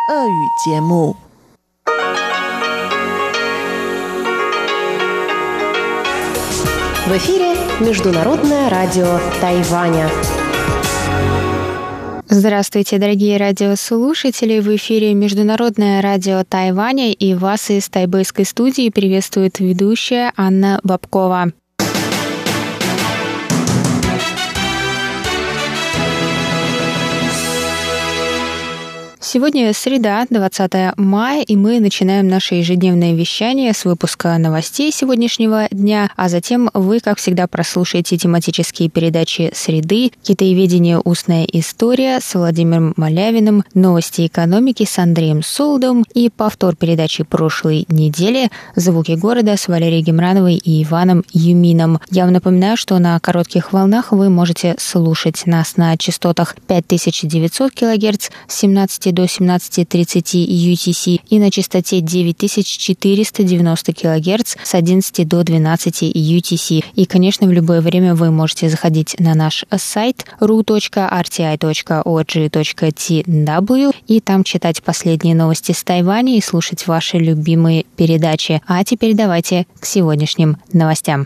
俄语节目。 В эфире Международное радио Тайваня. Здравствуйте, дорогие радиослушатели! В эфире Международное радио Тайваня, и вас из тайбэйской студии приветствует ведущая Анна Бабкова. Сегодня среда, 20 мая, и мы начинаем наше ежедневное вещание с выпуска новостей сегодняшнего дня, а затем вы, как всегда, прослушаете тематические передачи «Среды», «Китаеведение. Устная история» с Владимиром Малявиным, «Новости экономики» с Андреем Солдом и повтор передачи прошлой недели «Звуки города» с Валерией Гемрановой и Иваном Юмином. Я вам напоминаю, что на коротких волнах вы можете слушать нас на частотах 5900 кГц с 17 до 17:30 UTC и на частоте 9490 кГц с 11 до 12 UTC. И, конечно, в любое время вы можете заходить на наш сайт ru.rti.org.tw и там читать последние новости с Тайваня и слушать ваши любимые передачи. А теперь давайте к сегодняшним новостям.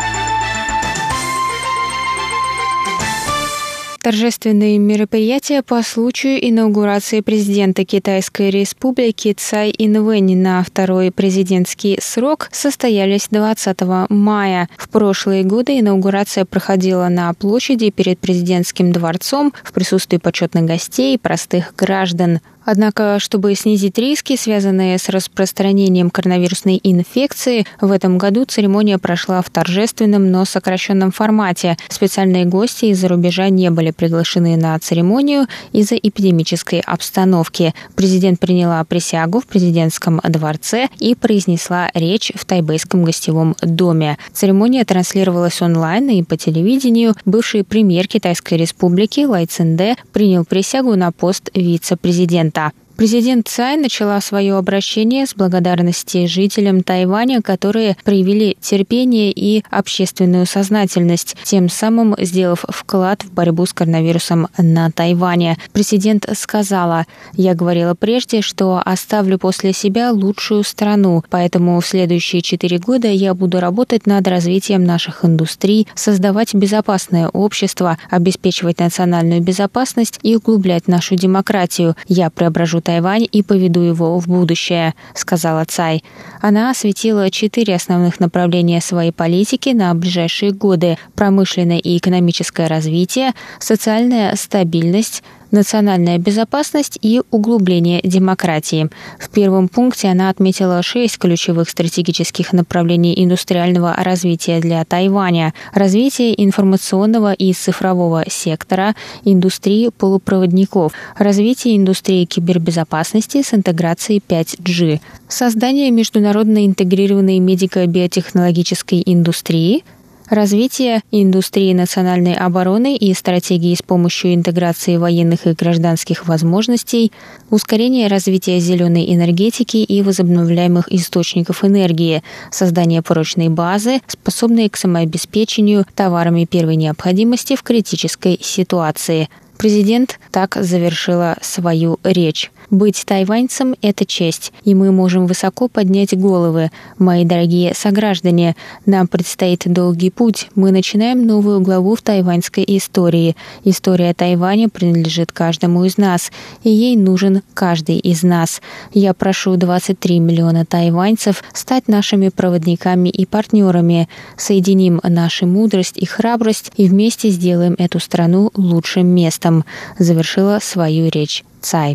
Торжественные мероприятия по случаю инаугурации президента Китайской Республики Цай Инвэнь на второй президентский срок состоялись 20 мая. В прошлые годы инаугурация проходила на площади перед президентским дворцом в присутствии почетных гостей и простых граждан. Однако, чтобы снизить риски, связанные с распространением коронавирусной инфекции, в этом году церемония прошла в торжественном, но сокращенном формате. Специальные гости из-за рубежа не были приглашены на церемонию из-за эпидемической обстановки. Президент приняла присягу в президентском дворце и произнесла речь в тайбэйском гостевом доме. Церемония транслировалась онлайн и по телевидению. Бывший премьер Китайской Республики Лай Цинде принял присягу на пост вице-президента. Президент Цай начала свое обращение с благодарности жителям Тайваня, которые проявили терпение и общественную сознательность, тем самым сделав вклад в борьбу с коронавирусом на Тайване. Президент сказала: «Я говорила прежде, что оставлю после себя лучшую страну, поэтому в следующие 4 года я буду работать над развитием наших индустрий, создавать безопасное общество, обеспечивать национальную безопасность и углублять нашу демократию. Я преображу Тайвань и поведу его в будущее», — сказала Цай. Она осветила 4 основных направления своей политики на ближайшие годы: промышленное и экономическое развитие, социальная стабильность, национальная безопасность и углубление демократии. В первом пункте она отметила 6 ключевых стратегических направлений индустриального развития для Тайваня: развитие информационного и цифрового сектора, индустрии полупроводников, развитие индустрии кибербезопасности с интеграцией 5G, создание международно интегрированной медико-биотехнологической индустрии, развитие индустрии национальной обороны и стратегии с помощью интеграции военных и гражданских возможностей, ускорение развития зеленой энергетики и возобновляемых источников энергии, создание прочной базы, способной к самообеспечению товарами первой необходимости в критической ситуации. Президент так завершила свою речь. «Быть тайваньцем – это честь, и мы можем высоко поднять головы. Мои дорогие сограждане, нам предстоит долгий путь. Мы начинаем новую главу в тайваньской истории. История Тайваня принадлежит каждому из нас, и ей нужен каждый из нас. Я прошу 23 миллиона тайваньцев стать нашими проводниками и партнерами. Соединим нашу мудрость и храбрость и вместе сделаем эту страну лучшим местом», — завершила свою речь Цай.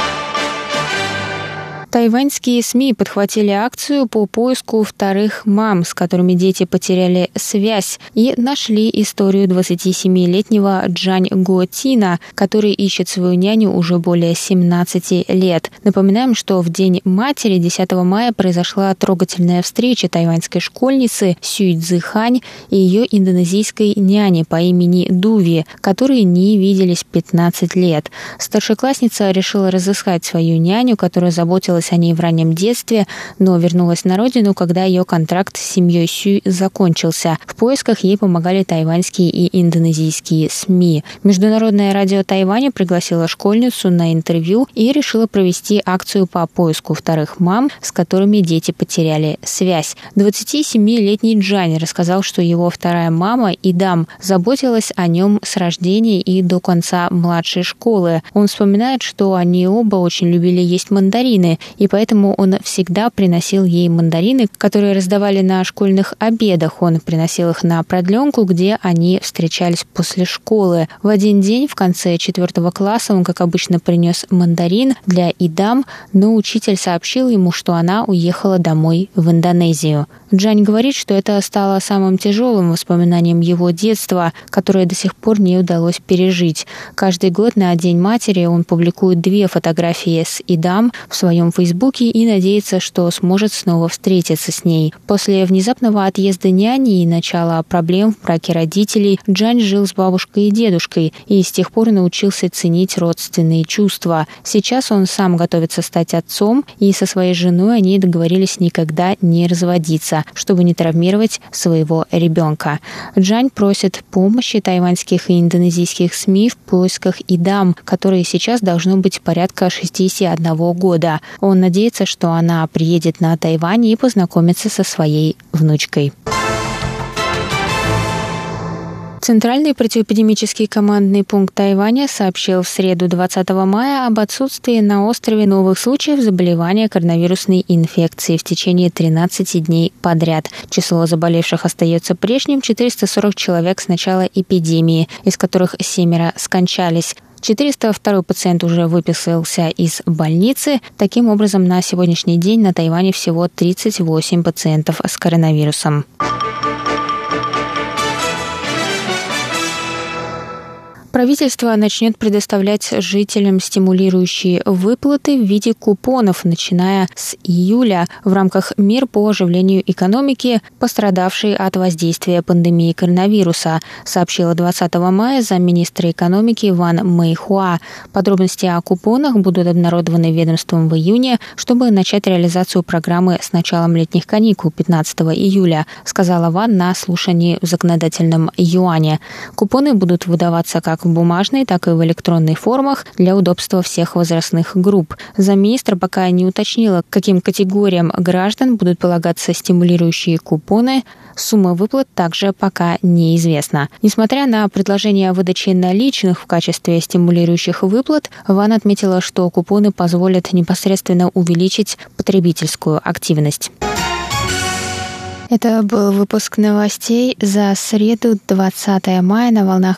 Тайваньские СМИ подхватили акцию по поиску вторых мам, с которыми дети потеряли связь, и нашли историю 27-летнего Джань Гуотина, который ищет свою няню уже более 17 лет. Напоминаем, что в День матери 10 мая произошла трогательная встреча тайваньской школьницы Сюй Цзыхань и ее индонезийской няни по имени Дуви, которые не виделись 15 лет. Старшеклассница решила разыскать свою няню, которая заботилась мечталось о ней в раннем детстве, но вернулась на родину, когда ее контракт с семьей Сюй закончился. В поисках ей помогали тайваньские и индонезийские СМИ. Международное радио Тайваня пригласило школьницу на интервью и решила провести акцию по поиску вторых мам, с которыми дети потеряли связь. 27-летний Джань рассказал, что его вторая мама Идам заботилась о нем с рождения и до конца младшей школы. Он вспоминает, что они оба очень любили есть мандарины, и поэтому он всегда приносил ей мандарины, которые раздавали на школьных обедах. Он приносил их на продленку, где они встречались после школы. В один день в конце 4 класса он, как обычно, принес мандарин для Идам, но учитель сообщил ему, что она уехала домой в Индонезию. Джань говорит, что это стало самым тяжелым воспоминанием его детства, которое до сих пор не удалось пережить. Каждый год на День матери он публикует 2 фотографии с Идам в своем фейсбуке и надеется, что сможет снова встретиться с ней. После внезапного отъезда няни и начала проблем в браке родителей Джань жил с бабушкой и дедушкой и с тех пор научился ценить родственные чувства. Сейчас он сам готовится стать отцом, и со своей женой они договорились никогда не разводиться, чтобы не травмировать своего ребенка. Джань просит помощи тайваньских и индонезийских СМИ в поисках Идам, которой сейчас должно быть порядка 61 года. Он надеется, что она приедет на Тайвань и познакомится со своей внучкой. Центральный противоэпидемический командный пункт Тайваня сообщил в среду 20 мая об отсутствии на острове новых случаев заболевания коронавирусной инфекцией в течение 13 дней подряд. Число заболевших остается прежним – 440 человек с начала эпидемии, из которых 7 скончались. 402 пациент уже выписался из больницы. Таким образом, на сегодняшний день на Тайване всего 38 пациентов с коронавирусом. Правительство начнет предоставлять жителям стимулирующие выплаты в виде купонов, начиная с июля, в рамках мер по оживлению экономики, пострадавшей от воздействия пандемии коронавируса, сообщила 20 мая замминистра экономики Ван Мэйхуа. Подробности о купонах будут обнародованы ведомством в июне, чтобы начать реализацию программы с началом летних каникул 15 июля, сказала Ван на слушании в законодательном юане. Купоны будут выдаваться как в бумажной, так и в электронной формах для удобства всех возрастных групп. Замминистра пока не уточнила, каким категориям граждан будут полагаться стимулирующие купоны. Сумма выплат также пока неизвестна. Несмотря на предложение о выдаче наличных в качестве стимулирующих выплат, Ван отметила, что купоны позволят непосредственно увеличить потребительскую активность. Это был выпуск новостей за среду 20 мая на волнах